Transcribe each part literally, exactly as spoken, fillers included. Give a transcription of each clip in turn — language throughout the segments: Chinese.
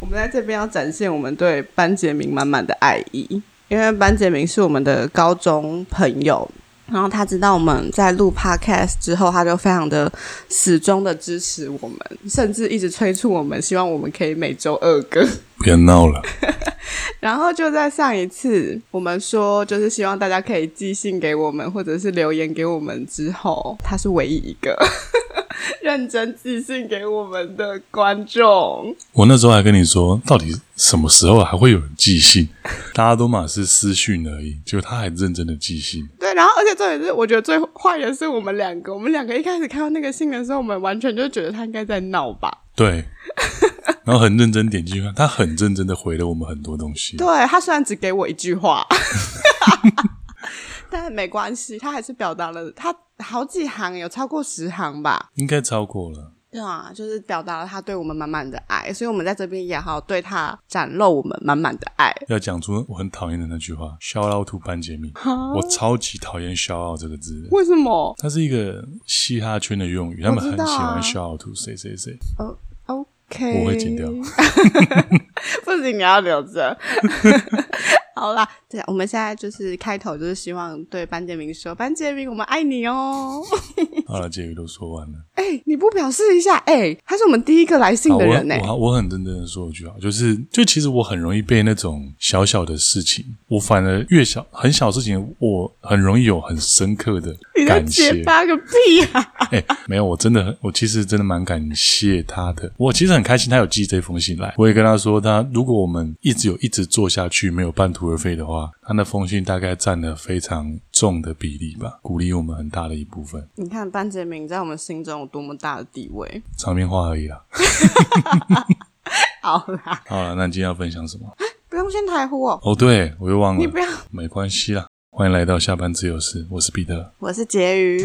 我们在这边要展现我们对班杰明满满的爱意，因为班杰明是我们的高中朋友，然后他知道我们在录 podcast 之后，他就非常的始终的支持我们，甚至一直催促我们，希望我们可以每周二更。 别闹了。 然后就在上一次我们说就是希望大家可以寄信给我们或者是留言给我们之后，他是唯一一个认真寄信给我们的观众。 我那时候还跟你说到底什么时候还会有人寄信，大家都嘛是私讯而已，结果他还认真的寄信。 对，然后而且重点是我觉得最坏的是我们两个我们两个一开始看到那个信的时候，我们完全就觉得他应该在闹吧。 对，然后很认真点进去看，他很认真的回了我们很多东西。 对，他虽然只给我一句话但没关系，他还是表达了他好几行，有超过十行吧， 应该超过了。 对啊，就是表达了他对我们满满的爱，所以我们在这边也好对他展露我们满满的爱。 要讲出我很讨厌的那句话 shout out to 班杰明，我超级讨厌 shout out 这个字。 为什么？ 它是一个嘻哈圈的用语，他们很喜欢 shout out to 谁谁谁。 哦 OK， 我会剪掉不行，你要留着好啦，对，我们现在就是开头就是希望对班杰明说，班杰明我们爱你哦好了，结语都说完了。 哎、欸，你不表示一下？哎、欸，他是我们第一个来信的人哎、欸。 我我我很认真的说一句啊，就是就其实我很容易被那种小小的事情，我反而越小很小的事情，我很容易有很深刻的感谢。 你在结巴个屁啊！ 哎、欸，没有，我真的我其实真的蛮感谢他的。我其实很开心他有寄这封信来，我也跟他说，他如果我们一直有一直做下去，没有半途而废的话，他那封信大概占了非常重的比例吧，鼓励我们很大的一部分。 你看班杰明在我们心中有多么大的地位， 场面话而已啦。 好啦， 好啦，那你今天要分享什么？ 不用先台呼哦。 哦，对，我又忘了。 你不要， 没关系啦。欢迎来到下班自由室，我是彼得， 我是婕妤。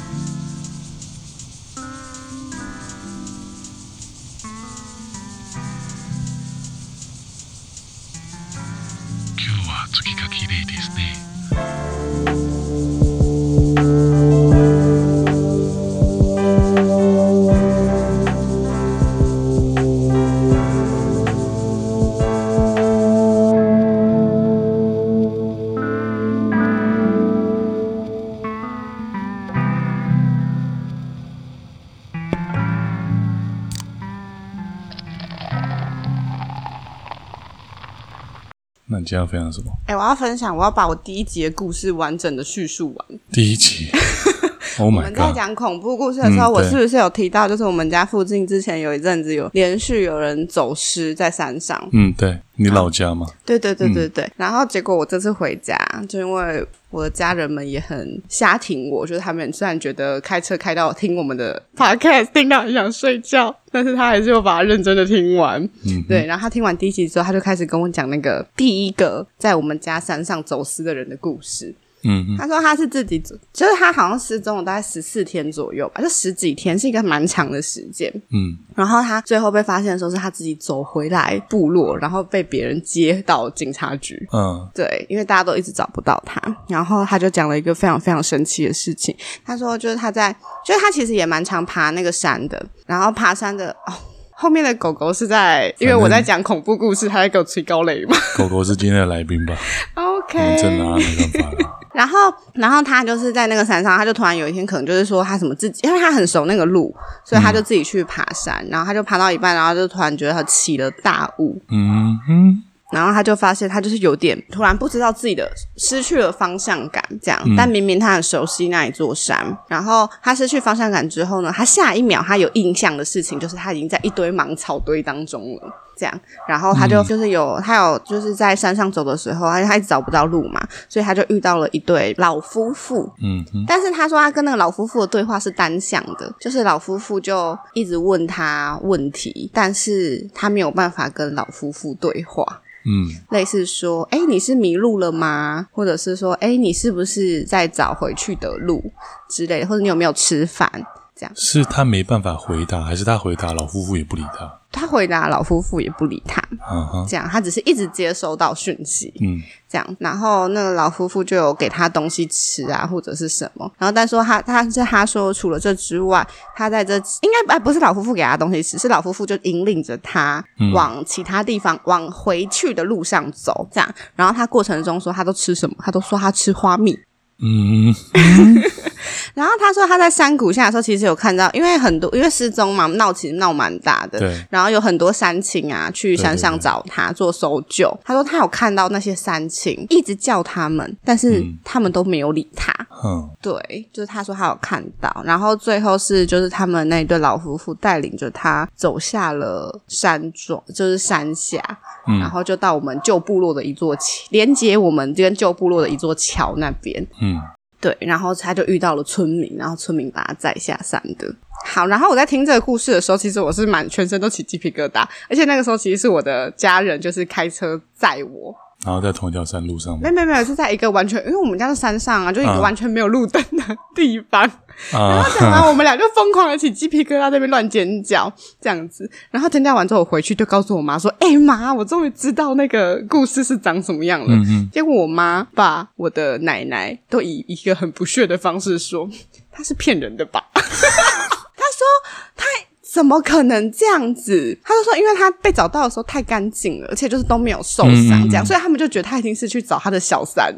那你今天要分享什么？ 哎、欸，我要分享，我要把我第一集的故事完整的叙述完。 第一集Oh my God， 我们在讲恐怖故事的时候、嗯、我是不是有提到就是我们家附近之前有一阵子有连续有人走失在山上。 嗯，对，你老家吗？ 对对对对对、嗯、然后结果我这次回家就因为我的家人们也很瞎挺我，就是他们虽然觉得开车开到听我们的 podcast 听到很想睡觉，但是他还是有把它认真的听完。嗯，对，然后他听完第一集之后他就开始跟我讲那个第一个在我们家山上走失的人的故事。嗯，他说他是自己走，就是他好像失踪了大概十四天左右吧，就十几天，是一个蛮长的时间。嗯，然后他最后被发现的时候是他自己走回来部落，然后被别人接到警察局。嗯，对，因为大家都一直找不到他，然后他就讲了一个非常非常神奇的事情。他说就是他在，就是他其实也蛮常爬那个山的，然后爬山的哦。后面的狗狗是在，因为我在讲恐怖故事，他在给我吹高雷嘛。 狗狗是今天的来宾吧 ？OK， 你真拿没办法了。 然后，然后他就是在那个山上，他就突然有一天，可能就是说他什么自己，因为他很熟那个路，所以他就自己去爬山，嗯、然后他就爬到一半，然后就突然觉得他起了大雾。嗯哼。然后他就发现他就是有点突然不知道自己的失去了方向感这样、嗯、但明明他很熟悉那一座山，然后他失去方向感之后呢，他下一秒他有印象的事情就是他已经在一堆芒草堆当中了这样，然后他就就是有、嗯、他有就是在山上走的时候他他一直找不到路嘛，所以他就遇到了一对老夫妇。嗯哼，但是他说他跟那个老夫妇的对话是单向的，就是老夫妇就一直问他问题，但是他没有办法跟老夫妇对话。嗯，类似说诶你是迷路了吗，或者是说诶你是不是在找回去的路之类的，或者你有没有吃饭这样。 是他没办法回答，还是他回答老夫妇也不理他？ 他回答老夫妇也不理他， 嗯、 这样他只是一直接收到讯息， 嗯， 这样，然后那个老夫妇就有给他东西吃啊，或者是什么，然后但说他他是他说除了这之外，他在这应该不是老夫妇给他东西吃，是老夫妇就引领着他往其他地方、嗯、往回去的路上走，这样，然后他过程中说他都吃什么，他都说他吃花蜜。嗯，然后他说他在山谷下的时候，其实有看到，因为很多因为失踪嘛，闹其实闹蛮大的， 对。 然后有很多山青啊去山上找他做搜救。他说他有看到那些山青一直叫他们，但是他们都没有理他。嗯，对，就是他说他有看到，然后最后是就是他们那一对老夫妇带领着他走下了山庄，就是山下。嗯、然后就到我们旧部落的一座桥，连接我们跟旧部落的一座桥那边。嗯，对，然后他就遇到了村民，然后村民把他载下山的。好，然后我在听这个故事的时候，其实我是蛮全身都起鸡皮疙瘩，而且那个时候其实是我的家人就是开车载我。 然后在同一条山路上吗？ 没有没有没有，是在一个完全因为我们家是山上啊，就一个完全没有路灯的地方。啊、然后讲完我们俩就疯狂的起鸡皮疙瘩，在那边乱尖叫这样子。然后尖叫完之后，我回去就告诉我妈说：“哎、欸、妈，我终于知道那个故事是长什么样了。嗯嗯”结果我妈爸、我的奶奶都以一个很不屑的方式说：“他是骗人的吧？”他说他。怎么可能这样子？他就说因为他被找到的时候太干净了，而且就是都没有受伤这样、嗯、所以他们就觉得他一定是去找他的小三。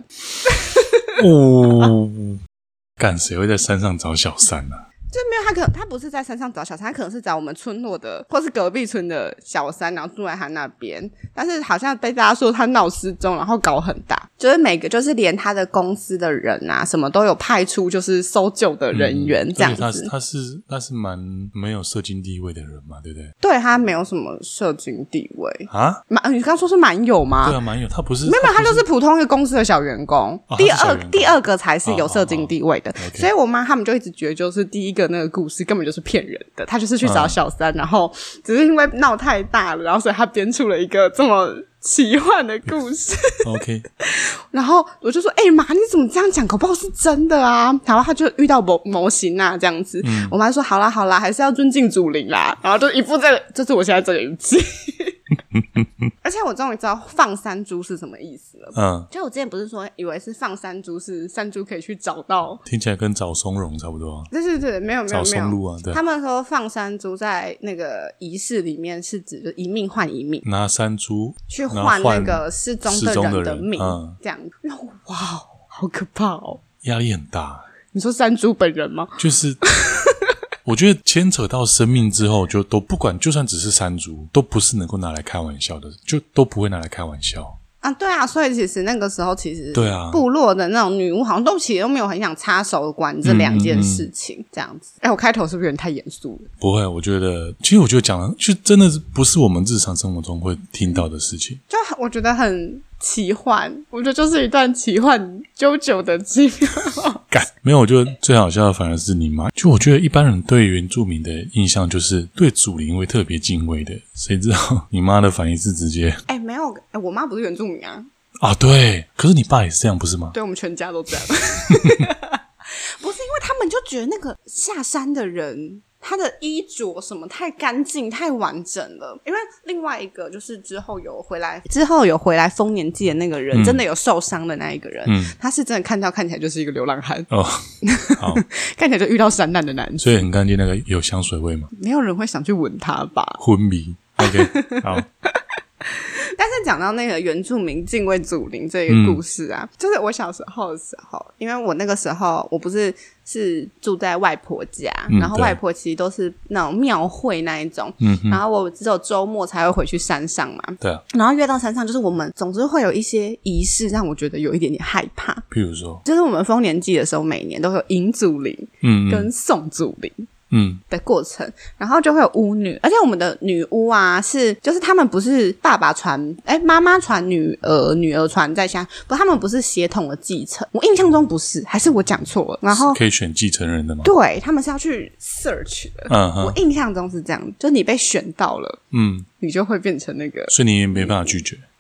哦，干谁会在山上找小三啊？ 就没有他可能他不是在山上找小三，他可能是找我们村落的或是隔壁村的小三，然后住在他那边，但是好像被大家说他闹失踪，然后搞很大，就是每个就是连他的公司的人啊什么都有派出就是搜救的人员、嗯、这样子。 他是他是他是蛮没有社经地位的人嘛，对不对？ 对，他没有什么社经地位啊。 你刚刚说是蛮有吗？ 对啊，蛮有。他不是没有，他就是普通一个公司的小员工、哦、第二第二个才是有社经地位的、哦哦哦、所以我妈他们就一直觉得就是第一个那个故事根本就是骗人的，他就是去找小三、嗯、然后只是因为闹太大了，然后所以他编出了一个这么奇幻的故事。OK， 然后我就说：“哎、欸、妈，你怎么这样讲？搞不好是真的啊！”然后他就遇到模模型啊，这样子。嗯、我妈说：“好啦好啦，还是要尊敬祖灵啦。”然后就一副这个，这是我现在这个语气。而且我终于知道放山猪是什么意思了。嗯，就我之前不是说以为是放山猪是山猪可以去找到， 听起来跟找松茸差不多、啊。 对对对，没有没有没有。找松露啊，对。 他们说放山猪在那个仪式里面是指就一命换一命， 拿山猪去换那个失踪的人的命， 嗯、 这样。哇，好可怕哦！ 压力很大。 你说山猪本人吗？ 就是。我觉得牵扯到生命之后，就都不管，就算只是山猪，都不是能够拿来开玩笑的，就都不会拿来开玩笑啊。对啊，所以其实那个时候，其实对啊， 部落的那种女巫好像都其实都没有很想插手管这两件事情，嗯嗯嗯这样子。哎，我开头是不是有点太严肃了？ 不会，我觉得，其实我觉得讲的就真的不是我们日常生活中会听到的事情， 就我觉得很奇幻，我觉得就是一段奇幻久久的经历。 干没有，我觉得最好笑的反而是你妈。就我觉得一般人对原住民的印象就是对祖灵会特别敬畏的，谁知道你妈的反应是直接哎、欸、没有哎、欸，我妈不是原住民啊。 啊对，可是你爸也是这样不是吗？ 对，我们全家都这样。不是因为他们就觉得那个下山的人他的衣着什么太干净太完整了，因为另外一个就是之后有回来之后有回来丰年祭的那个人、嗯、真的有受伤的那一个人、嗯、他是真的看到看起来就是一个流浪汉哦，好看起来就遇到山难的男子， 所以很干净。那个有香水味吗？ 没有人会想去闻他吧， 昏迷 OK 好。 但是讲到那个原住民敬畏祖灵这个故事啊、嗯、就是我小时候的时候，因为我那个时候我不是是住在外婆家、嗯、然后外婆其实都是那种庙会那一种、嗯、然后我只有周末才会回去山上嘛， 对啊， 然后约到山上就是我们总之会有一些仪式让我觉得有一点点害怕， 譬如说就是我们丰年祭的时候每年都会有迎祖灵嗯跟送祖灵嗯的过程，然后就会有巫女，而且我们的女巫啊是就是他们不是爸爸传哎妈妈传女儿女儿传在下，不他们不是血统的继承，我印象中不是，还是我讲错了，然后可以选继承人的吗？ 对，他们是要去 search 的，嗯，我印象中是这样，就你被选到了嗯，你就会变成那个， 所以你也没办法拒绝。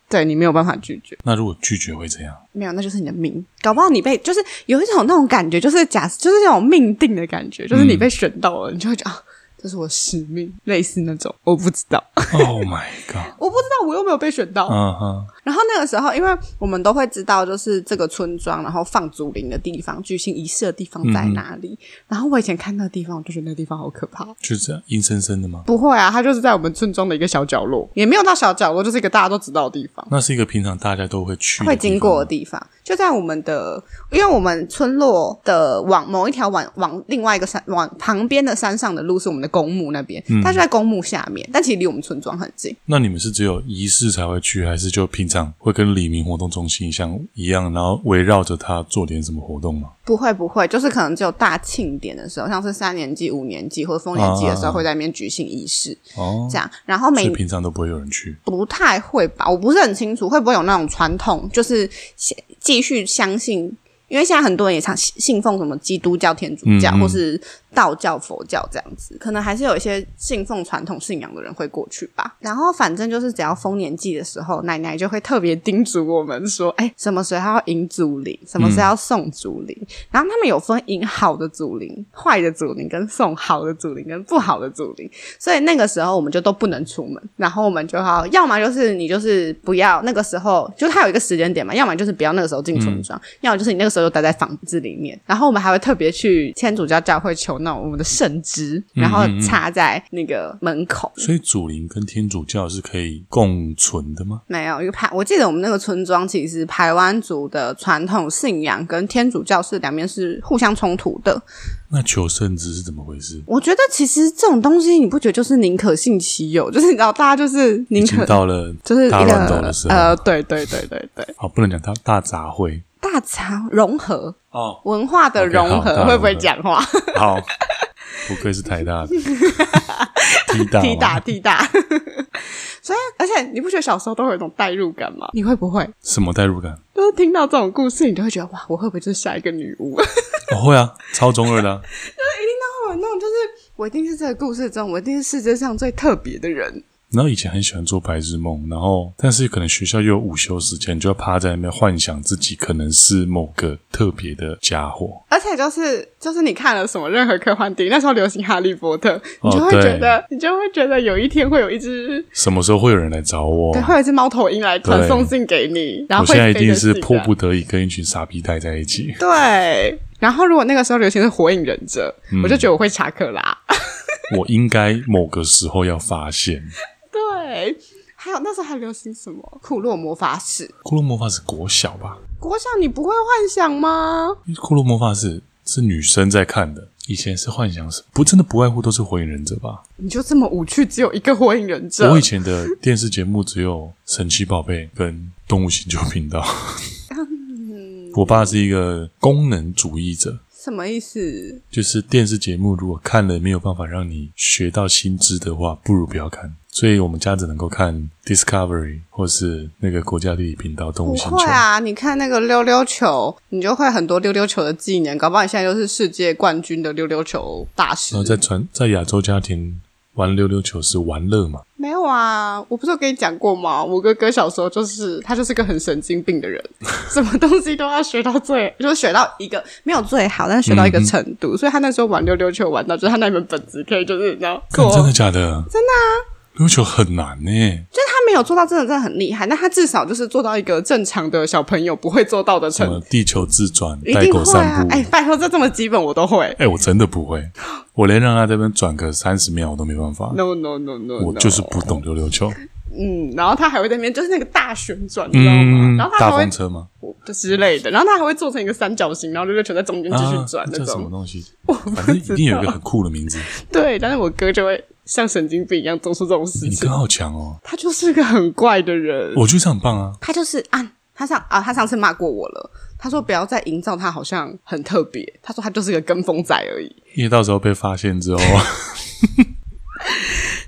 对，你没有办法拒绝。 那如果拒绝会怎样？ 没有，那就是你的命。搞不好你被就是有一种那种感觉，就是假就是那种命定的感觉，就是你被选到了，嗯、你就会觉得啊，这是我使命，类似那种，我不知道。 Oh my god！ 我不知道我又没有被选到。 嗯哼。 然后那个时候，因为我们都会知道，就是这个村庄，然后放祖灵的地方、举行仪式的地方在哪里。嗯、然后我以前看那个地方，我就觉得那个地方好可怕。 就是这样阴森森的吗？ 不会啊，它就是在我们村庄的一个小角落，也没有到小角落，就是一个大家都知道的地方。 那是一个平常大家都会去的地方、 会经过的地方，就在我们的，因为我们村落的往某一条往往另外一个山往旁边的山上的路是我们的公墓那边，嗯、它就在公墓下面，但其实离我们村庄很近。 那你们是只有仪式才会去，还是就平常会跟黎明活动中心像一样，然后围绕着它做点什么活动吗？ 不会不会，就是可能只有大庆典的时候，像是三年级、五年级或者丰年祭的时候，会在那边举行仪式，哦，这样。然后每所以平常都不会有人去， 不太会吧？我不是很清楚，会不会有那种传统，就是继续相信，因为现在很多人也常信奉什么基督教、天主教，嗯嗯或是道教、佛教这样子，可能还是有一些信奉传统信仰的人会过去吧。然后反正就是只要丰年祭的时候，奶奶就会特别叮嘱我们说，哎，什么时候要迎祖灵，什么时候要送祖灵、嗯、然后他们有分迎好的祖灵、坏的祖灵跟送好的祖灵跟不好的祖灵，所以那个时候我们就都不能出门，然后我们就要要么就是你就是不要那个时候，就它有一个时间点嘛，要么就是不要那个时候进村庄、嗯、要么就是你那个时候就待在房子里面。然后我们还会特别去天主教教会求那种我们的圣枝，然后插在那个门口。 所以祖灵跟天主教是可以共存的吗？ 没有，因为排我记得我们那个村庄其实排湾族的传统信仰跟天主教是两边是互相冲突的。 那求圣枝是怎么回事？ 我觉得其实这种东西你不觉得就是宁可信其有，就是你知道大家就是宁可已经到了就是大乱斗的时候， 呃，对对对对对。 好，不能讲大大杂烩， 大杂融合哦， 文化的融合， okay, 会不会讲话？ 好，不愧是台大的，踢大踢大踢大。所以，而且你不觉得小时候都会有一种代入感吗？你会不会？ 什么代入感？ 就是听到这种故事，你就会觉得哇，我会不会就是下一个女巫？ 我、哦、会啊，超中二的、啊。 就是一定都会有那种，就是我一定是这个故事中，我一定是世界上最特别的人。 然后以前很喜欢做白日梦，然后但是可能学校又有午休时间，就要趴在那边幻想自己可能是某个特别的家伙。 而且就是就是你看了什么任何科幻电影，那时候流行哈利波特，你就会觉得、哦、你就会觉得有一天会有一只什么时候会有人来找我， 对，会有一只猫头鹰来传送信给你，然后会我现在一定是迫不得已跟一群傻逼待在一起。 对，然后如果那个时候流行是火影忍者、嗯、我就觉得我会查克拉。 我应该某个时候要发现。 对，还有那时候还流行什么库洛魔法使。 库洛魔法使国小吧？ 国小你不会幻想吗？ 库洛魔法使是女生在看的，以前是幻想什么？不，真的不外乎都是火影忍者吧？ 你就这么无趣，只有一个火影忍者？ 我以前的电视节目只有神奇宝贝跟动物星球频道。我爸是一个功能主义者。 什么意思？ 就是电视节目如果看了没有办法让你学到新知的话，不如不要看。所以我们家只能够看 Discovery 或是那个国家地理频道动物星球。 不会啊，你看那个溜溜球，你就会很多溜溜球的技能，搞不好你现在就是世界冠军的溜溜球大师。 然后在传在亚洲家庭玩溜溜球是玩乐嘛？ 没有啊，我不是有跟你讲过吗？我哥哥小时候就是他就是个很神经病的人，什么东西都要学到最，就是学到一个没有最好，但是学到一个程度，嗯、所以他那时候玩溜溜球玩到，就是他那本本子可以就是你知道做， 真的假的？ 真的啊。 溜溜球很难耶、欸、 就是他没有做到真的真的很厉害，但他至少就是做到一个正常的小朋友不会做到的程度。 地球自转、带狗散步， 哎、啊，拜托，这这么基本我都会。 哎，我真的不会，我连让他这边转个三十秒我都没办法。 No no no no，, no 我就是不懂溜溜球。 嗯，然后他还会在那边就是那个大旋转，你知道吗？ 嗯、 然后他还会大风车吗？ 之类的，然后他还会做成一个三角形，然后溜溜球在中间继续转、啊、那种。 这什么东西？反正一定有一个很酷的名字。 对，但是我哥就会像神经病一样做出这种事情。 你哥好强哦！ 他就是个很怪的人。 我觉得这很棒啊。 他就是啊，他上啊，他上次骂过我了。他说不要再营造他好像很特别。他说他就是个跟风仔而已。 因为到时候被发现之后。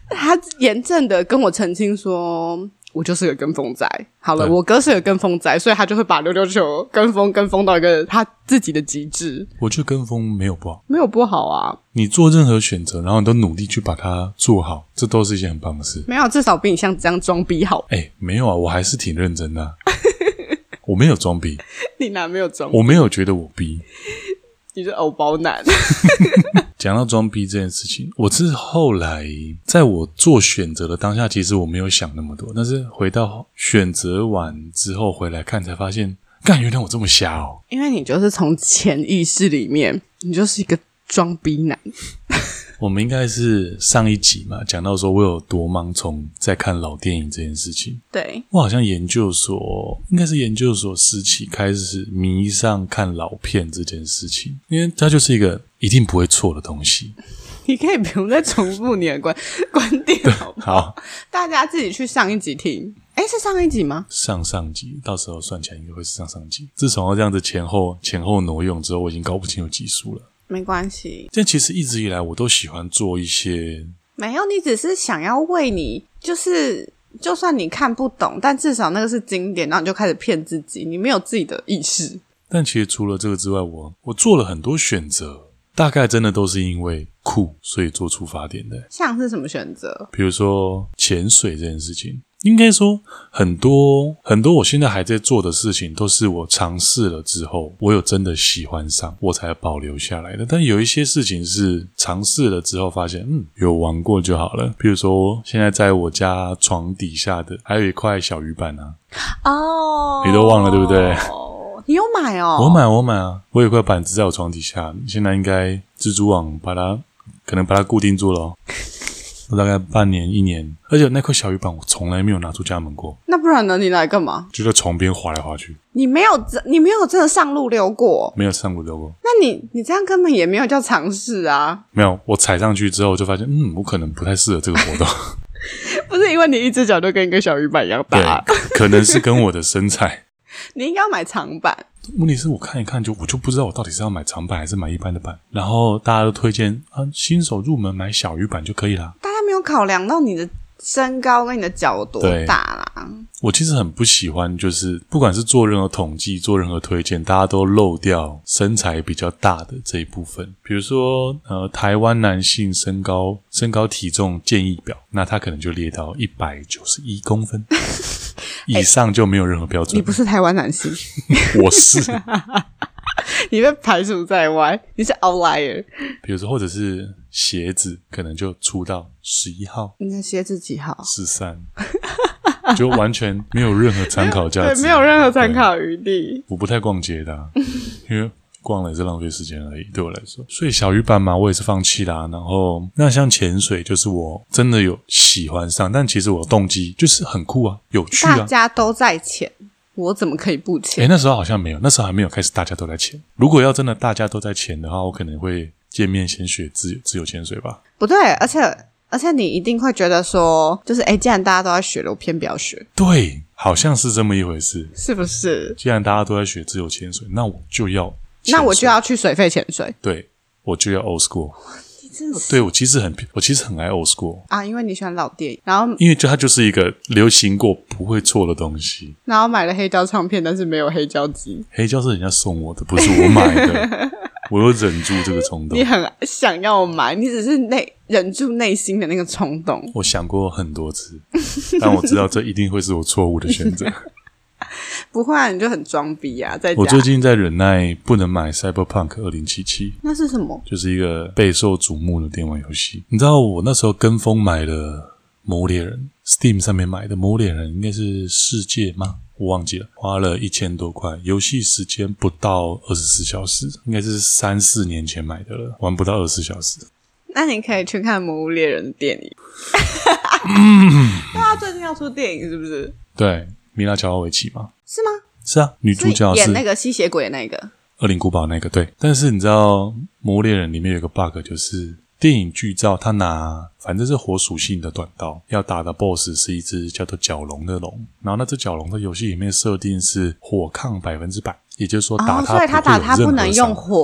他严正的跟我澄清说我就是个跟风仔，好了，我哥是个跟风仔，所以他就会把溜溜球跟风跟风到一个他自己的极致。 我觉得跟风没有不好， 没有不好啊， 你做任何选择然后你都努力去把它做好，这都是一件很棒的事。 没有，至少比你像这样装逼好。 哎，没有啊，我还是挺认真的啊我没有装逼。 你哪没有装逼？ 我没有觉得我逼， 你是偶包男讲到装逼这件事情，我是后来在我做选择的当下，其实我没有想那么多，但是回到选择完之后回来看才发现，干，原来我这么瞎哦。 因为你就是从潜意识里面你就是一个装逼男我们应该是上一集嘛，讲到说我有多盲从在看老电影这件事情。 对， 我好像研究所应该是研究所时期开始迷上看老片这件事情，因为它就是一个一定不会错的东西。 你可以不用再重复你的观观点好不好？ 好， 大家自己去上一集听。诶，是上一集吗？ 上上集，到时候算起来应该会是上上集。自从要这样子前后前后挪用之后，我已经搞不清楚集数了。 没关系， 但其实一直以来我都喜欢做一些， 没有，你只是想要为你，就是就算你看不懂，但至少那个是经典，然后你就开始骗自己，你没有自己的意识。 但其实除了这个之外，我我做了很多选择，大概真的都是因为酷所以做出发点的。 像是什么选择？ 比如说潜水这件事情，应该说很多很多我现在还在做的事情都是我尝试了之后我有真的喜欢上我才保留下来的，但有一些事情是尝试了之后发现嗯有玩过就好了。比如说现在在我家床底下的还有一块小鱼板啊。 哦， 你都忘了对不对？ 你有买哦？ 我买我买啊，我有块板子在我床底下，现在应该蜘蛛网把它可能把它固定住了哦我大概半年一年，而且那块小鱼板我从来没有拿出家门过。 那不然呢？你来干嘛？ 就在床边滑来滑去。 你没有你没有真的上路溜过？ 没有上路溜过。 那你你这样根本也没有叫尝试啊。 没有，我踩上去之后就发现嗯我可能不太适合这个活动不是因为你一只脚就跟一个小鱼板一样大， 对，可能是跟我的身材你应该要买长板。 问题是我看一看就我就不知道我到底是要买长板还是买一般的板，然后大家都推荐啊新手入门买小鱼板就可以啦。 大家没有考量到你的身高跟你的脚有多大啦。 我其实很不喜欢就是不管是做任何统计做任何推荐大家都漏掉身材比较大的这一部分。比如说呃台湾男性身高身高体重建议表，那他可能就列到一百九十一公分以上就没有任何标准、欸、 你不是台湾男性我是你被排除在外，你是 outlier。 比如说或者是鞋子可能就出到十一号， 你的鞋子几号？ 十三就完全没有任何参考价值对，没有任何参考余地。 我不太逛街的、啊、因为逛了也是浪费时间而已对我来说。所以小鱼板嘛我也是放弃啦、啊、然后那像潜水就是我真的有喜欢上，但其实我的动机就是很酷啊有趣啊， 大家都在潜我怎么可以不潜？ 诶那时候好像没有，那时候还没有开始大家都在潜。如果要真的大家都在潜的话，我可能会见面先学自由自由潜水吧。 不对，而且而且你一定会觉得说就是诶既然大家都在学了我偏不要学。 对，好像是这么一回事， 是不是？ 既然大家都在学自由潜水，那我就要潜水， 那我就要去水肺潜水。 对，我就要 old school。 你真的是对，我其实很我其实很爱 old school 啊，因为你喜欢老电影，然后因为就它就是一个流行过不会错的东西。 然后买了黑胶唱片，但是没有黑胶机。 黑胶是人家送我的，不是我买的我又忍住这个冲动。 你很想要买，你只是内忍住内心的那个冲动。 我想过很多次但我知道这一定会是我错误的选择不会啊，你就很装逼啊在家。 我最近在忍耐不能买 Cyberpunk 二零七七。 那是什么？ 就是一个备受瞩目的电玩游戏。你知道我那时候跟风买了魔猎人 Steam 上面买的魔猎人应该是世界吗我忘记了，花了一千多块，游戏时间不到二十四小时，应该是三四年前买的了，玩不到二十四小时。 那你可以去看魔物猎人的电影嗯， 他最近要出电影是不是？ 对，米拉乔瓦维奇吗？ 是吗？ 是啊，女主角是演那个吸血鬼的那个恶灵古堡那个。对，但是你知道魔物猎人里面有个 bug， 就是电影剧照他拿反正是火属性的短刀，要打的 boss 是一只叫做角龙的龙，然后那只角龙在游戏里面设定是火抗百分之百，也就是说打它、 哦、所以他打它不能用火。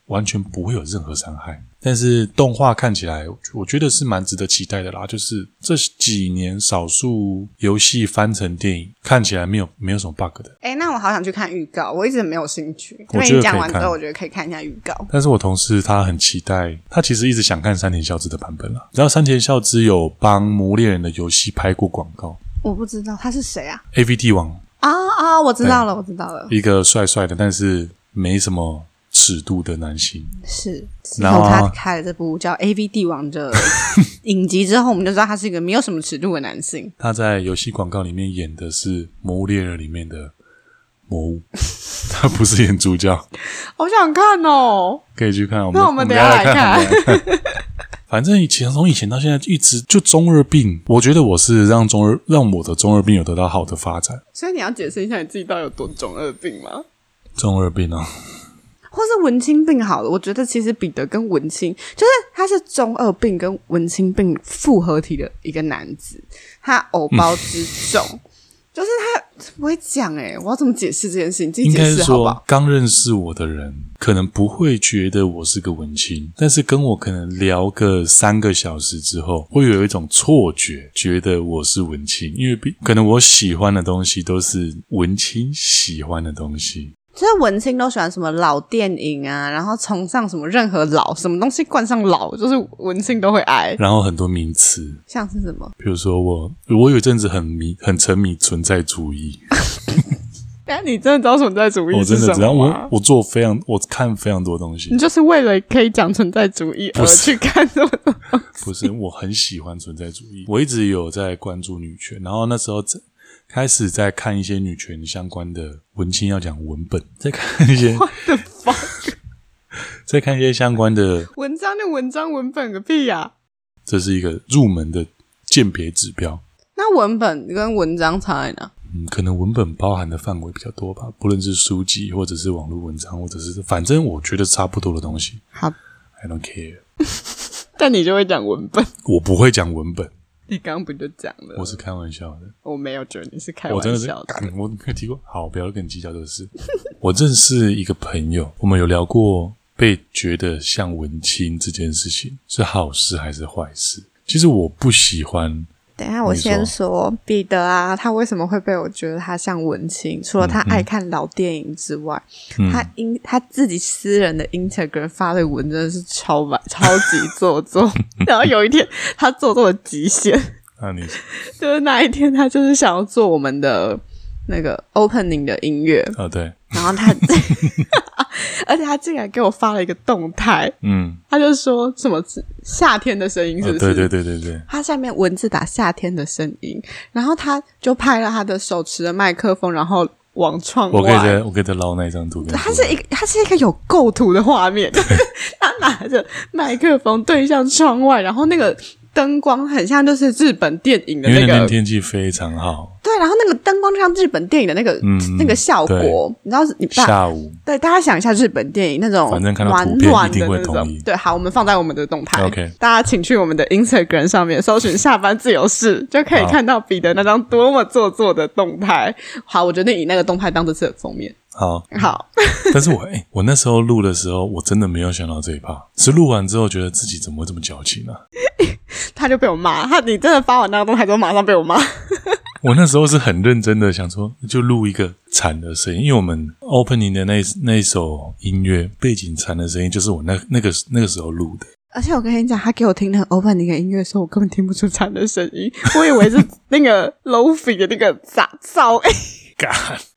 完全不会有任何伤害。但是动画看起来我觉得是蛮值得期待的啦，就是这几年少数游戏翻成电影看起来没有没有什么 bug 的。 诶，那我好想去看预告，我一直没有兴趣， 我觉得因为你讲完之后我觉得可以看一下预告。 但是我同事他很期待，他其实一直想看山田孝之的版本啦。你知道山田孝之有帮魔猎人的游戏拍过广告？ 我不知道他是谁啊。 A V 帝王啊啊，我知道了我知道了， 一个帅帅的但是没什么尺度的男性。 是，然后他开了这部叫 A V 帝王的影集之后，我们就知道他是一个没有什么尺度的男性。 他在游戏广告里面演的是魔物猎人里面的魔物他不是演主角。 好想看哦， 可以去看。我们那我们等一下来看反正以前从以前到现在一直就中二病，我觉得我是让中二让我的中二病有得到好的发展。 所以你要解释一下你自己到底有多中二病吗？ 中二病啊， 或是文青病好了。我觉得其实彼得跟文青就是他是中二病跟文青病复合体的一个男子，他偶包之重、嗯、就是他不会讲诶、欸、我要怎么解释这件事？你自己解释好不好？应该是说刚认识我的人可能不会觉得我是个文青，但是跟我可能聊个三个小时之后会有一种错觉，觉得我是文青，因为可能我喜欢的东西都是文青喜欢的东西。 就是文青都喜欢什么老电影啊，然后崇尚什么任何老什么东西冠上老，就是文青都会爱。 然后很多名词， 像是什么？ 比如说我我有一阵子很迷很沉迷存在主义。 但你真的知道存在主义是什么吗？我真的知道， 我我做非常我看非常多东西。 你就是为了可以讲存在主义而去看这么多东西？ 不是，我很喜欢存在主义，我一直有在关注女权，然后那时候开始在看一些女权相关的文青要讲文本，再看一些 What the fuck 再看一些相关的文章的文章文本个屁啊， 这是一个入门的鉴别指标。 那文本跟文章差在哪？ 嗯，可能文本包含的范围比较多吧，不论是书籍或者是网络文章，或者是反正我觉得差不多的东西。 好 I don't care 但你就会讲文本？ 我不会讲文本。 你刚刚不就讲了？ 我是开玩笑的。 我没有觉得你是开玩笑的。 我真的是我没有提过。好，不要跟你计较这个事。我认识一个朋友，我们有聊过被觉得像文青这件事情是好事还是坏事。其实我不喜欢。 等一下我先说彼得啊，他为什么会被我觉得他像文青，除了他爱看老电影之外、嗯、他因他自己私人的 Instagram 发的文真的是超白超级做作然后有一天他做作的极限那你就是那一天他就是想要做我们的那个 opening 的音乐哦对， 然后他而且他竟然给我发了一个动态，嗯，他就说什么夏天的声音是不是、 哦、对对对对对， 他下面文字打夏天的声音，然后他就拍了他的手持的麦克风，然后往窗外， 我可以再我可以再捞那张图， 它是一个它是一个有构图的画面他拿着麦克风对向窗外，然后那个灯光很像就是日本电影的那个， 因为那天天气非常好， 对，然后那个灯光就像日本电影的那个、嗯、那个效果，你知道你下午， 对，大家想一下日本电影那种反正看到暖图片暖的一定会那同意。 对，好，我们放在我们的动态 OK， 大家请去我们的 Instagram 上面搜寻下班自由室就可以看到彼得那张多么做作的动态。好，我决定以那个动态当这次的封面。 好好但是我、欸、我那时候录的时候我真的没有想到这一趴，是录完之后觉得自己怎么会这么矫情啊他就被我骂，他你真的发完那个动态之后马上被我骂我那时候是很认真的想说就录一个蝉的声音，因为我们 opening 的那那一首音乐背景蝉的声音就是我那那个那个时候录的。 而且我跟你讲，他给我听那个 opening 的音乐的时候我根本听不出蝉的声音，我以为是那个 lofi 的那个杂噪干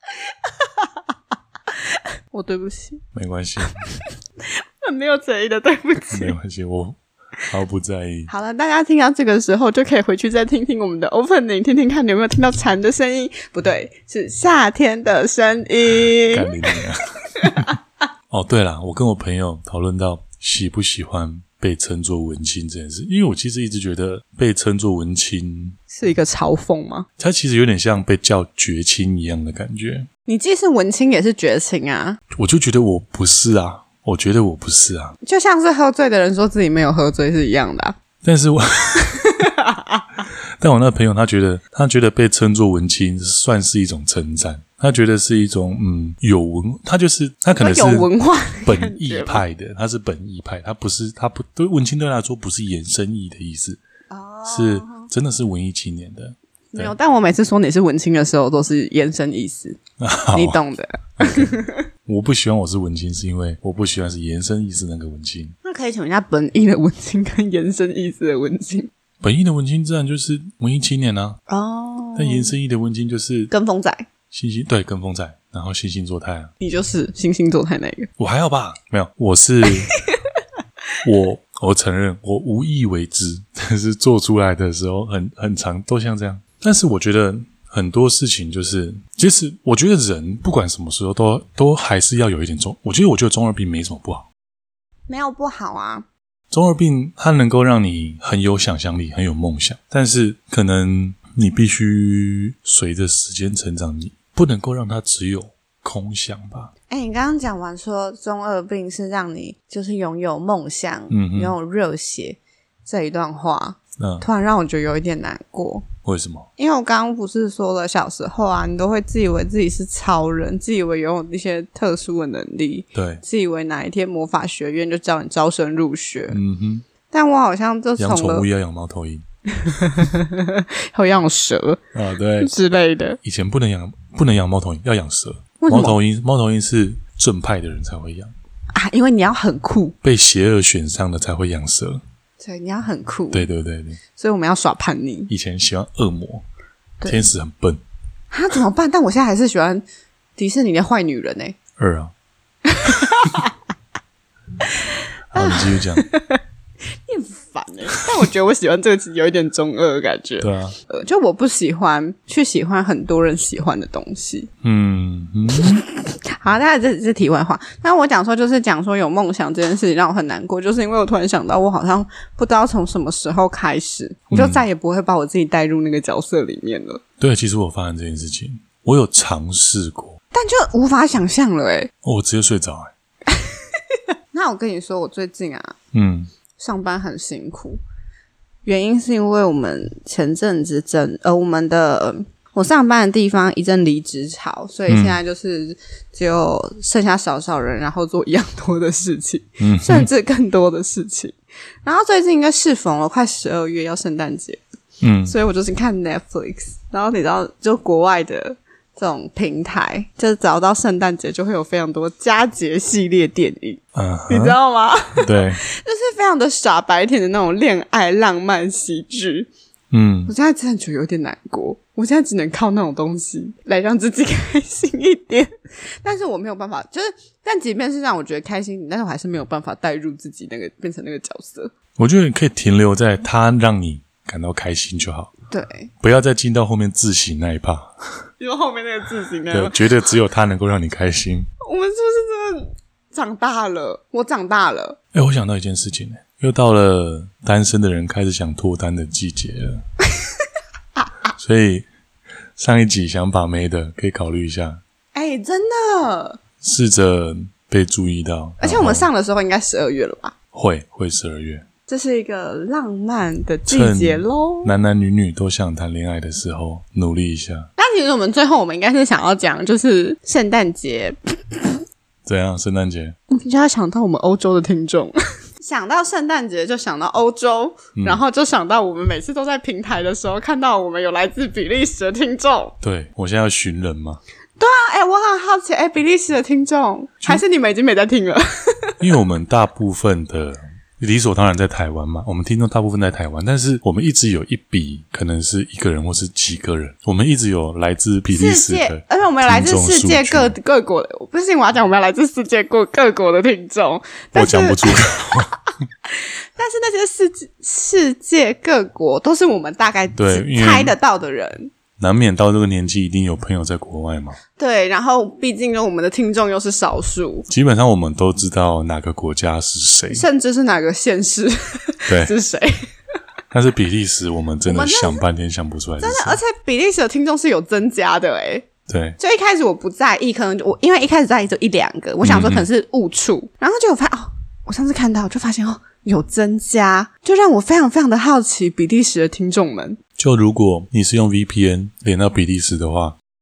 我对不起， 没关系很没有诚意的对不起， 没关系，我毫不在意。 好了，大家听到这个时候就可以回去再听听我们的 opening， 听听看你有没有听到蝉的声音。不对，是夏天的声音。 干你娘哦对啦，我跟我朋友讨论到喜不喜欢被称作文青这件事，因为我其实一直觉得被称作文青是一个嘲讽吗？ 它其实有点像被叫绝青一样的感觉。 你既是文青也是绝青啊。 我就觉得我不是啊，我觉得我不是啊， 就像是喝醉的人说自己没有喝醉是一样的啊。 但是我但我那个朋友他觉得他觉得被称作文青算是一种称赞， 他觉得是一种嗯有文，他就是他可能是有文化本意派的，他是本意派，他不是他不对文青对他来说不是衍生意的意思，哦，是真的是文艺青年的。 没有，但我每次说你是文青的时候，都是延伸意思，你懂的。 Okay. 我不喜欢我是文青，是因为我不喜欢是延伸意思那个文青。 那可以请问一下，本意的文青跟延伸意思的文青？ 本意的文青自然就是文艺青年啊。 哦。 但延伸意的文青就是跟风仔。 星星对跟风仔，然后星星作态啊。 你就是星星作态那个？ 我还好吧？没有，我是我我承认我无意为之，但是做出来的时候很很长都像这样。但是我觉得很多事情就是，其实我觉得人不管什么时候都都还是要有一点中，我觉得我觉得中二病没什么不好， 没有不好啊。 中二病它能够让你很有想象力，很有梦想，但是可能你必须随着时间成长，你不能够让它只有空想吧。 哎、欸，你刚刚讲完说中二病是让你就是拥有梦想，嗯，拥有热血这一段话，嗯，突然让我觉得有一点难过。 为什么？ 因为我刚刚不是说了，小时候啊，你都会自以为自己是超人，自以为拥有一些特殊的能力， 对， 自以为哪一天魔法学院就叫你招生入学， 嗯哼。 但我好像就从了养宠物要养猫头鹰， 会养蛇啊，对之类的。 以前不能养，不能养猫头鹰，要养蛇。猫头鹰，猫头鹰是正派的人才会养啊，因为你要很酷， 被邪恶选上的才会养蛇。 对，你要很酷。 对对对对，所以我们要耍叛逆。 以前喜欢恶魔，天使很笨， 他怎么办？但我现在还是喜欢迪士尼的坏女人欸。 二啊，好，你继续讲。 你很烦欸，但我觉得我喜欢这个其实有一点中二的感觉。 对啊， 呃，就我不喜欢去喜欢很多人喜欢的东西。嗯嗯，好，大概这只是题外话。那我讲说就是讲说有梦想这件事情让我很难过，就是因为我突然想到，我好像不知道从什么时候开始，我就再也不会把我自己带入那个角色里面了。 对，其实我发现这件事情，我有尝试过， 但就无法想象了欸。 哦，我直接睡着欸。 那我跟你说，我最近啊， 嗯。 上班很辛苦，原因是因为我们前阵子整呃我们的、呃、我上班的地方一阵离职潮，所以现在就是只有剩下少少人，然后做一样多的事情，嗯，甚至更多的事情。然后最近应该适逢了快十二月要圣诞节，嗯，所以我就是看 Netflix， 然后你知道就国外的这种平台，就是找到圣诞节就会有非常多佳节系列电影，嗯，你知道吗？ 对， 就是非常的傻白甜的那种恋爱浪漫喜剧。嗯，我现在真的觉得有点难过，我现在只能靠那种东西来让自己开心一点。但是我没有办法，就是但即便是让我觉得开心，但是我还是没有办法带入自己那个变成那个角色。 我觉得你可以停留在他让你感到开心就好， 对， 不要再进到后面自省那一趴。 因为后面那个自省那一趴， 对，觉得只有他能够让你开心。 我们是不是真的长大了？我长大了。 哎、欸，我想到一件事情，又到了单身的人开始想脱单的季节了。所以上一集想把妹的可以考虑一下。 哎、欸，真的， 试着被注意到。 而且我们上的时候应该十二月了吧？ 会会十二月。 这是一个浪漫的季节咯， 男男女女都想谈恋爱的时候努力一下。 但其实我们最后我们应该是想要讲就是圣诞节。 怎样？圣诞节你就要想到我们欧洲的听众。想到圣诞节就想到欧洲、嗯、然后就想到我们每次都在平台的时候看到我们有来自比利时的听众。 对，我现在要寻人吗？ 对啊，哎、欸，我很好奇，哎、欸，比利时的听众还是你们已经没在听了？ 因为我们大部分的理所当然在台湾嘛，我们听众大部分在台湾，但是我们一直有一笔可能是一个人或是几个人，我们一直有来自比利时的， 而且我们有来自世界各各国的，不是我要讲我们要来自世界各各国的听众， 我讲不出口。 但是那些世界世界各国都是我们大概猜得到的人。 难免到这个年纪一定有朋友在国外嘛。 对，然后毕竟我们的听众又是少数， 基本上我们都知道哪个国家是谁， 甚至是哪个县市对是谁。 但是比利时我们真的想半天想不出来是谁， 真的，而且比利时的听众是有增加的诶。 对， 就一开始我不在意，可能我因为一开始在意就一两个，我想说可能是误触、嗯、然后就有发现哦，我上次看到就发现哦有增加，就让我非常非常的好奇比利时的听众们。 就如果你是用 V P N 连到比利时的话，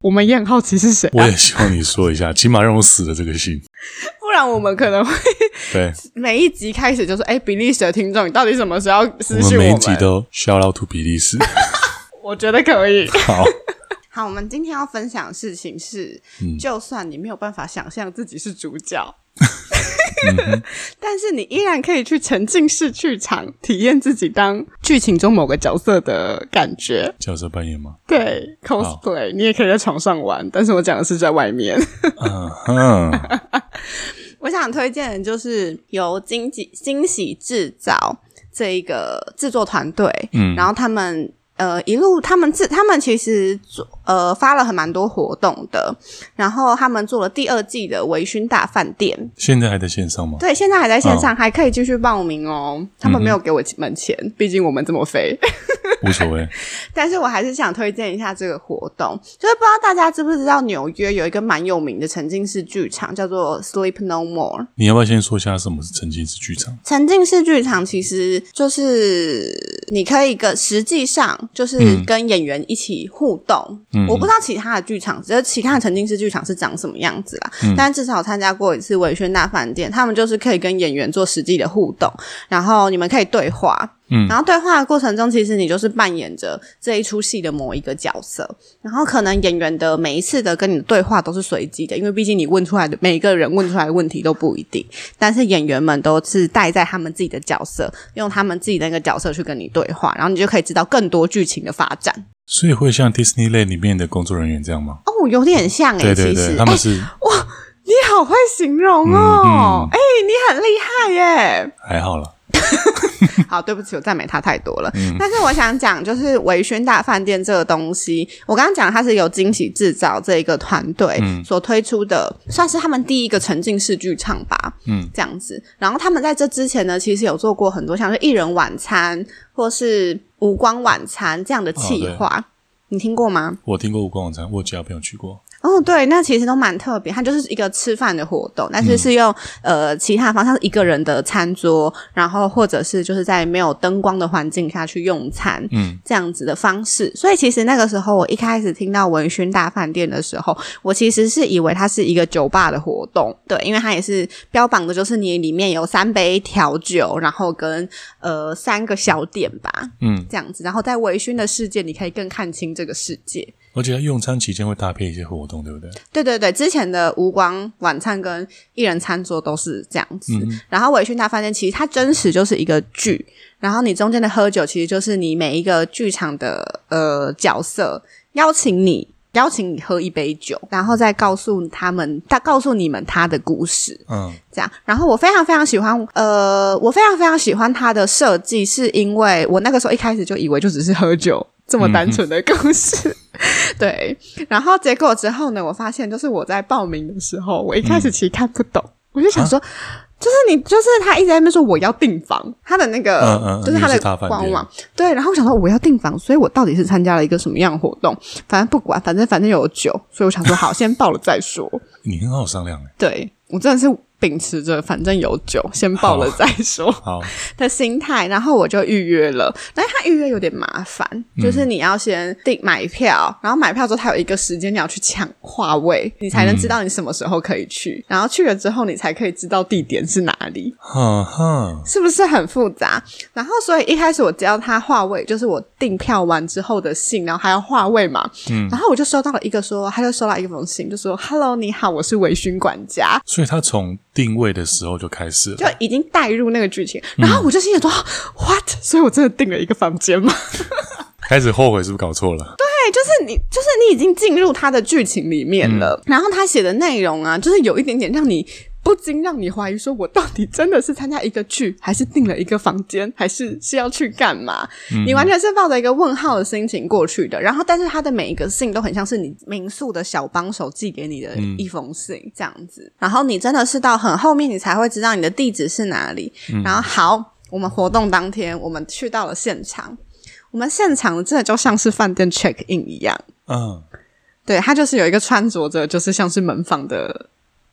我们也很好奇是谁、啊、 我也希望你说一下起码让我死了这个心， 不然我们可能会对每一集开始就说哎，比利时的听众你到底什么时候要私讯我们， 我们每一集都 shout out to 比利时我觉得可以好好，我们今天要分享的事情是、嗯、就算你没有办法想象自己是主角嗯、但是你依然可以去沉浸式剧场体验自己当剧情中某个角色的感觉。 角色扮演吗？ 对 cosplay 你也可以在床上玩，但是我讲的是在外面嗯哼我想推荐的就是由惊喜惊喜制造这一个制作团队、嗯、然后他们呃，一路他们自他们其实做呃发了很蛮多活动的，然后他们做了第二季的微醺大饭店， 现在还在线上吗？ 对，现在还在线上、哦、还可以继续报名哦。他们没有给我们钱、嗯、毕竟我们这么肥无所谓但是我还是想推荐一下这个活动，就是不知道大家知不知道纽约有一个蛮有名的沉浸式剧场叫做 Sleep No More。 你要不要先说一下什么是沉浸式剧场？ 沉浸式剧场其实就是你可以跟实际上就是跟演员一起互动、嗯、我不知道其他的剧场只是其他的沉浸式剧场是长什么样子啦、嗯、但至少参加过一次微醺大饭店，他们就是可以跟演员做实际的互动，然后你们可以对话，嗯，然后对话的过程中其实你就是扮演着这一出戏的某一个角色，然后可能演员的每一次的跟你的对话都是随机的，因为毕竟你问出来的每一个人问出来的问题都不一定，但是演员们都是带在他们自己的角色，用他们自己的那个角色去跟你对话，然后你就可以知道更多剧情的发展。 所以会像 Disneyland 里面的工作人员这样吗？ 哦，有点像耶、欸、 对对对， 其实他们是、欸、 哇，你好会形容哦，哎、嗯嗯欸，你很厉害耶。 还好啦好，对不起，我赞美他太多了、嗯、但是我想讲就是微醺大饭店这个东西，我刚刚讲它是由惊喜制造这一个团队所推出的、嗯、算是他们第一个沉浸式剧场吧，嗯，这样子。然后他们在这之前呢其实有做过很多像是一人晚餐或是无光晚餐这样的企划、哦、你听过吗？ 我听过无光晚餐，我有其他朋友去过。 哦，对，那其实都蛮特别，它就是一个吃饭的活动，但是是用、嗯、呃其他方向，一个人的餐桌，然后或者是就是在没有灯光的环境下去用餐，嗯，这样子的方式。所以其实那个时候我一开始听到微醺大饭店的时候，我其实是以为它是一个酒吧的活动，对，因为它也是标榜的就是你里面有三杯调酒，然后跟呃三个小点吧，嗯，这样子，然后在微醺的世界你可以更看清这个世界。 而且用餐期间会搭配一些活动，对不对？ 对对对，之前的无光晚餐跟一人餐桌都是这样子、嗯、然后微醺大饭店其实它真实就是一个剧，然后你中间的喝酒其实就是你每一个剧场的呃角色邀请你邀请你喝一杯酒，然后再告诉他们他告诉你们他的故事，嗯，这样。然后我非常非常喜欢呃我非常非常喜欢他的设计，是因为我那个时候一开始就以为就只是喝酒这么单纯的故事、嗯、对，然后结果之后呢我发现就是我在报名的时候我一开始其实看不懂、嗯、我就想说、啊、就是你就是他一直在那边说我要订房，他的那个、嗯嗯、就是他的官网，对，然后我想说我要订房，所以我到底是参加了一个什么样的活动，反正不管，反正反正有酒，所以我想说好先报了再说你很好商量耶。 对，我真的是秉持着反正有酒先报了再说好的心态，然后我就预约了。但是他预约有点麻烦、嗯、就是你要先订买票，然后买票之后他有一个时间你要去抢话位，你才能知道你什么时候可以去、嗯、然后去了之后你才可以知道地点是哪里，呵呵，是不是很复杂？然后所以一开始我接到他话位，就是我订票完之后的信，然后还要话位嘛、嗯、然后我就收到了一个说，他就收到一封信就说 Hello 你好，我是微醺管家， 所以他从定位的时候就开始了， 就已经带入那个剧情、嗯、然后我就心想说 What？ 所以我真的订了一个房间吗？ 开始后悔是不是搞错了？ 对，就是你就是你已经进入他的剧情里面了、嗯、然后他写的内容啊就是有一点点让你不禁让你怀疑说我到底真的是参加一个剧，还是订了一个房间，还是是要去干嘛、嗯、你完全是抱着一个问号的心情过去的。然后但是他的每一个信都很像是你民宿的小帮手寄给你的一封信、嗯、这样子，然后你真的是到很后面你才会知道你的地址是哪里、嗯、然后好，我们活动当天我们去到了现场，我们现场真的就像是饭店 check in 一样，嗯，对，他就是有一个穿着着就是像是门房的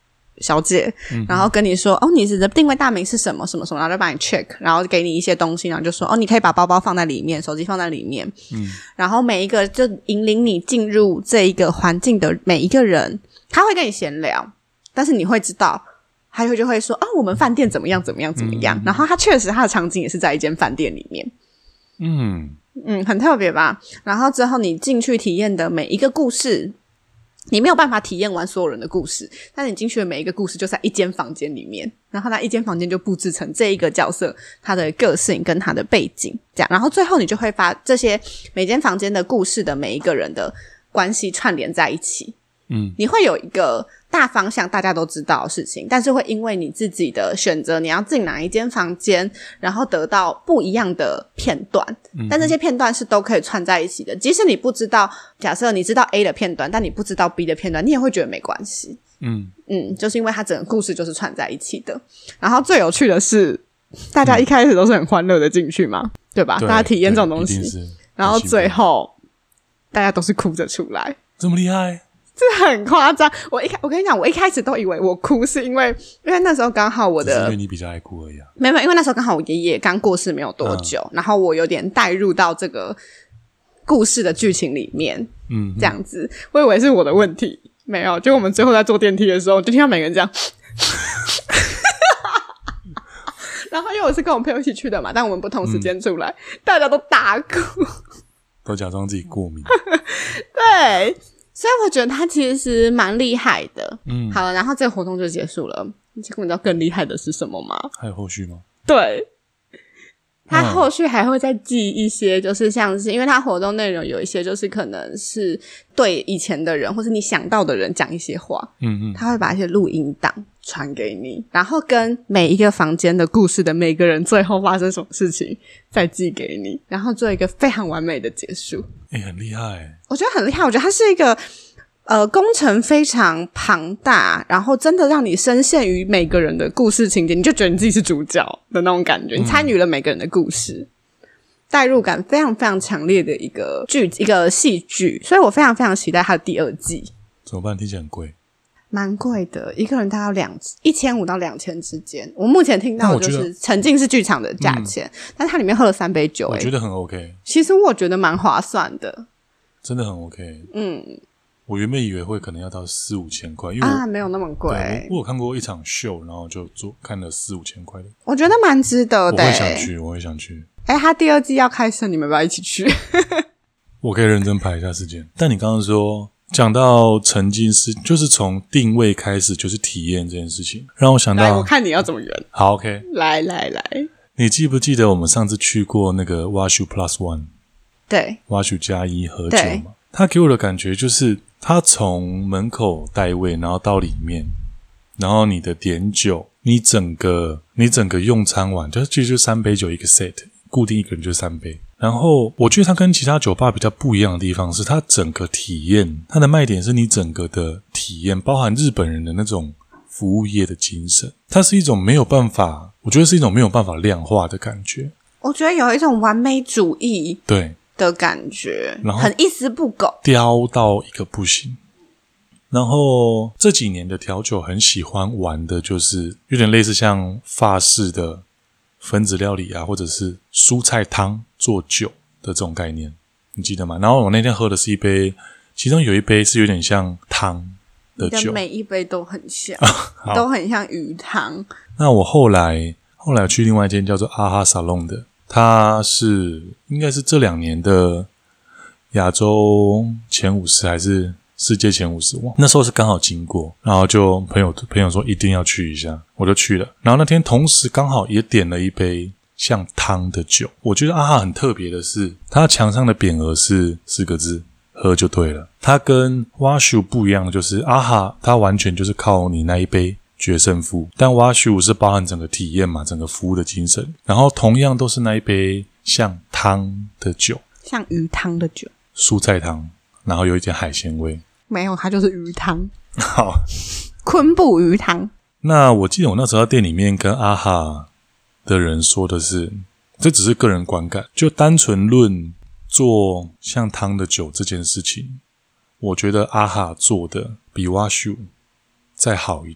小姐，嗯、然后跟你说哦，你的定位大名是什么什么什么，然后就帮你 check， 然后给你一些东西，然后就说哦，你可以把包包放在里面，手机放在里面，嗯，然后每一个就引领你进入这一个环境的每一个人，他会跟你闲聊，但是你会知道。他就会说啊，我们饭店怎么样怎么样怎么样、嗯、然后他确实他的场景也是在一间饭店里面，嗯嗯，很特别吧。然后之后你进去体验的每一个故事，你没有办法体验完所有人的故事，但是你进去的每一个故事就在一间房间里面，然后那一间房间就布置成这一个角色他的个性跟他的背景这样，然后最后你就会发这些每间房间的故事的每一个人的关系串联在一起，嗯，你会有一个大方向大家都知道的事情，但是会因为你自己的选择你要进哪一间房间，然后得到不一样的片段、嗯、但这些片段是都可以串在一起的，即使你不知道，假设你知道 A 的片段但你不知道 B 的片段，你也会觉得没关系，嗯嗯，就是因为它整个故事就是串在一起的。然后最有趣的是大家一开始都是很欢乐的进去嘛、嗯、对吧，对，大家体验这种东西，然后最后大家都是哭着出来。 这么厉害， 这很夸张。我一开我跟你讲，我一开始都以为我哭是因为因为那时候刚好我的， 只是因为你比较爱哭而已啊。 没有，因为那时候刚好我爷爷刚过世没有多久、嗯、然后我有点带入到这个故事的剧情里面，嗯，这样子我以为是我的问题，没有，就我们最后在坐电梯的时候就听到每个人这样然后因为我是跟我朋友一起去的嘛，但我们不同时间出来、嗯、大家都大哭， 都假装自己过敏对，所以我觉得他其实蛮厉害的。嗯，好了，然后这个活动就结束了。结果你知道更厉害的是什么吗？ 还有后续吗？ 对，他后续还会再寄一些，就是像是因为他活动内容有一些就是可能是对以前的人或是你想到的人讲一些话，嗯嗯，他会把一些录音档传给你，然后跟每一个房间的故事的每个人最后发生什么事情再寄给你，然后做一个非常完美的结束。 欸，很厉害， 我觉得很厉害。我觉得它是一个呃工程非常庞大，然后真的让你深陷于每个人的故事情节，你就觉得你自己是主角的那种感觉，你参与了每个人的故事，代入感非常非常强烈的一个剧一个戏剧，所以我非常非常期待它的第二季。 怎么办？听起来很贵。 蛮贵的，一个人大概两一千五到两千之间。我目前听到的就是沉浸式剧场的价钱、嗯，但是它里面喝了三杯酒、欸， 我觉得很 OK。 其实我觉得蛮划算的， 真的很 OK。嗯，我原本以为会可能要到四五千块，因为啊没有那么贵。 我有看过一场秀，然后就做看了四五千块的， 我觉得蛮值得的、欸。 我会想去，我会想去。 哎、欸，他第二季要开始，你们要不要一起去？ 我可以认真排一下时间。但你刚刚说。讲到沉浸式，就是从定位开始就是体验这件事情，让我想到， 来，我看你要怎么圆。 好 ，OK， 来来来， 你记不记得我们上次去过那个 Washu Plus One？ 对 ，Washu 加一喝酒嘛，他给我的感觉就是他从门口带位，然后到里面，然后你的点酒，你整个你整个用餐完，就其实就三杯酒一个 set， 固定一个人就三杯。然后我觉得它跟其他酒吧比较不一样的地方是它整个体验，它的卖点是你整个的体验包含日本人的那种服务业的精神，它是一种没有办法，我觉得是一种没有办法量化的感觉。 我觉得有一种完美主义对的感觉，然后很一丝不苟， 刁到一个不行。然后这几年的调酒很喜欢玩的就是有点类似像法式的分子料理啊，或者是蔬菜汤做酒的这种概念，你记得吗？然后我那天喝的是一杯，其中有一杯是有点像汤的酒， 你的每一杯都很像都很像鱼汤。 那我后来后来去另外一间叫做阿哈沙龙的，它是应该是这两年的亚洲前五十还是世界前五十，那时候是刚好经过，然后就朋友朋友说一定要去一下，我就去了。然后那天同时刚好也点了一杯像汤的酒。我觉得阿哈很特别的是，它墙上的匾额是四个字，喝就对了。它跟 Washu 不一样的就是阿哈它完全就是靠你那一杯决胜负，但 Washu 是包含整个体验嘛，整个服务的精神。然后同样都是那一杯像汤的酒， 像鱼汤的酒， 蔬菜汤，然后有一点海鲜味。 没有，它就是鱼汤。 好， 昆布鱼汤。 那我记得我那时候在店里面跟阿哈的人说的是，这只是个人观感，就单纯论做像汤的酒这件事情，我觉得阿哈做的比 Washu 再好一点。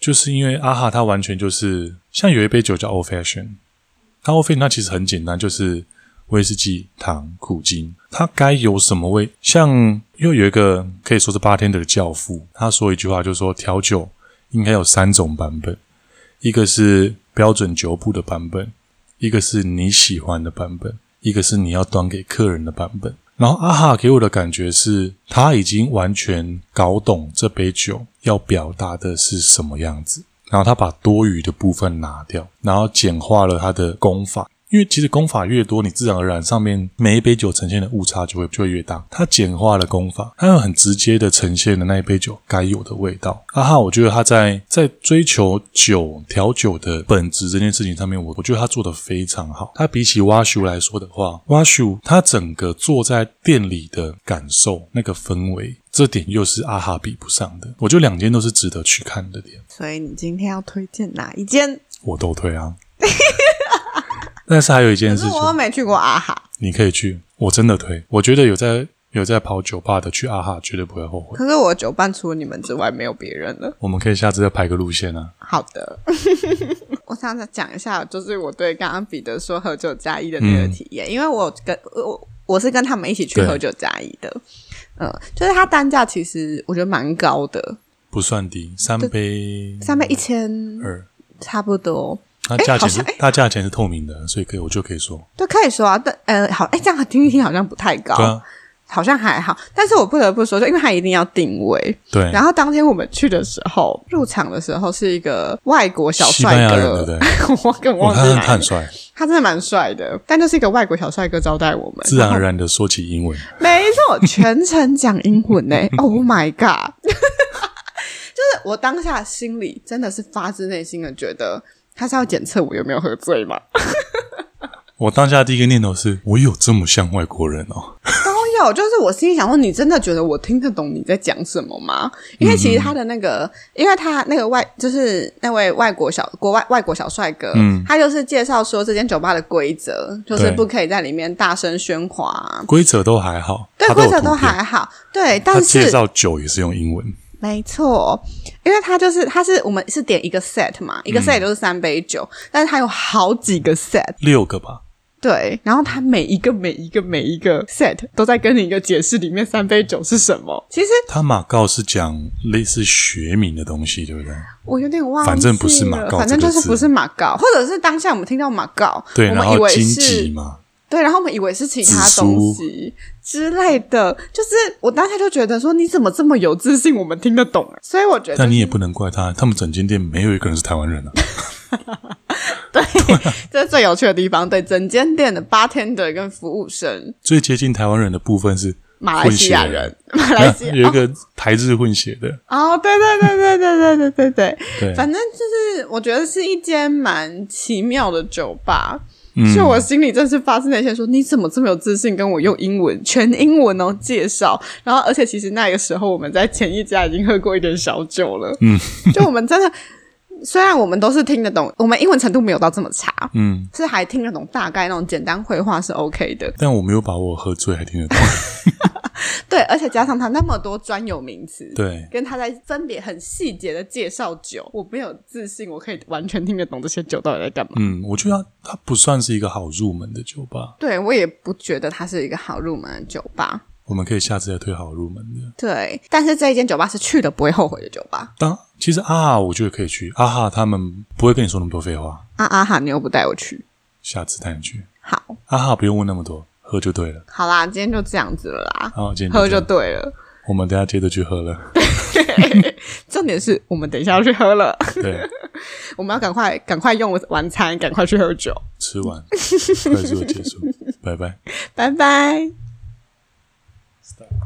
就是因为阿哈它完全就是像有一杯酒叫 Old Fashion， 它 Old Fashion 它其实很简单，就是威士忌、糖、苦精，它该有什么味？像又有一个可以说是 bartender 的教父，他说一句话就是说调酒应该有三种版本，一个是标准酒谱的版本，一个是你喜欢的版本，一个是你要端给客人的版本。然后阿哈给我的感觉是他已经完全搞懂这杯酒要表达的是什么样子，然后他把多余的部分拿掉，然后简化了他的功法。因为其实功法越多，你自然而然上面每一杯酒呈现的误差就会就会越大。它简化了功法，它有很直接的呈现了那一杯酒该有的味道。阿哈，我觉得他在在追求酒调酒的本质这件事情上面，我我觉得他做得非常好。他比起蛙叔来说的话，蛙叔他整个坐在店里的感受那个氛围，这点又是阿哈比不上的。我觉得两间都是值得去看的点。 所以你今天要推荐哪一间？ 我都推啊。但是还有一件事情， 可是我都没去过阿哈。 你可以去，我真的推。我觉得有在有在跑酒吧的去阿哈绝对不会后悔。 可是我酒吧除了你们之外没有别人了。 我们可以下次再排个路线啊。 好的。我想再讲一下，就是我对刚刚彼得说喝酒加一的那个体验、嗯、因为我跟我我是跟他们一起去喝酒加一的。嗯，就是它单价其实我觉得蛮高的， 不算低，三杯三杯一千二，差不多。 它价钱是它价钱是透明的，所以可以我就可以说， 对，可以说啊。但呃，好，哎，这样听一听好像不太高， 对啊， 好像还好。但是我不得不说，就因为它一定要定位， 对。 然后当天我们去的时候，入场的时候是一个外国小帅哥， 西班牙人，对不对？ 我更忘记他很帅， 他真的蛮帅的，但就是一个外国小帅哥招待我们， 自然而然的说起英文， 没错，全程讲英文呢、欸。Oh my god！ 就是我当下心里真的是发自内心的觉得。他是要检测我有没有喝醉吗？ 我当下第一个念头是，我有这么像外国人哦？ 都有，就是我心里想说，你真的觉得我听得懂你在讲什么吗？因为其实他的那个，嗯、因为他那个外，就是那位外国小国外外国小帅哥，嗯，他就是介绍说这间酒吧的规则，就是不可以在里面大声喧哗， 规则都还好， 对，规则都还好，对，但是他介绍酒也是用英文。 没错，因为他就是他是我们是点一个 set 嘛，一个 set 就是三杯酒、嗯、但是他有好几个 set， 六个吧， 对，然后他每一个每一个每一个 set 都在跟你一个解释里面三杯酒是什么。其实他马告是讲类似学名的东西，对不对？ 我有点忘记了， 反正不是马告， 反正就是不是马告，或者是当下我们听到马告， 对， 我们以为是然后荆棘嘛， 对，然后我们以为是其他东西之类的，就是我当下就觉得说你怎么这么有自信我们听得懂，所以我觉得、就是、 但你也不能怪他，他们整间店没有一个人是台湾人啊。 对，这是最有趣的地方。对，整间店的 bartender 跟服务生最接近台湾人的部分是马来西亚人，马来西亚有一个台日混血的。 哦，对对对对对对对对对对， 反正就是我觉得是一间蛮奇妙的酒吧。嗯、所以我心里真是发自内心说你怎么这么有自信跟我用英文全英文哦介绍，然后而且其实那个时候我们在前一家已经喝过一点小酒了，嗯，就我们真的虽然我们都是听得懂，我们英文程度没有到这么差，嗯，是还听得懂大概那种简单绘画是 OK 的， 但我没有把我喝醉还听得懂。 对，而且加上他那么多专有名词， 对， 跟他在分别很细节的介绍酒，我没有自信我可以完全听得懂这些酒到底在干嘛。 嗯，我觉得它不算是一个好入门的酒吧。 对，我也不觉得它是一个好入门的酒吧。 我们可以下次再推好入门的。 对，但是这一间酒吧是去了不会后悔的酒吧。 当其实阿哈我觉得可以去，阿哈他们不会跟你说那么多废话。 啊阿哈你又不带我去， 下次带你去。 好， 阿哈不用问那么多，喝就对了。 好啦，今天就这样子了啦。 好，今天就喝就对了。 我们等一下接着去喝了。 重点是我们等一下要去喝了。 对， 我们要赶快赶快用晚餐，赶快去喝酒。 吃完，快速的结束，拜拜， 拜拜。Stop.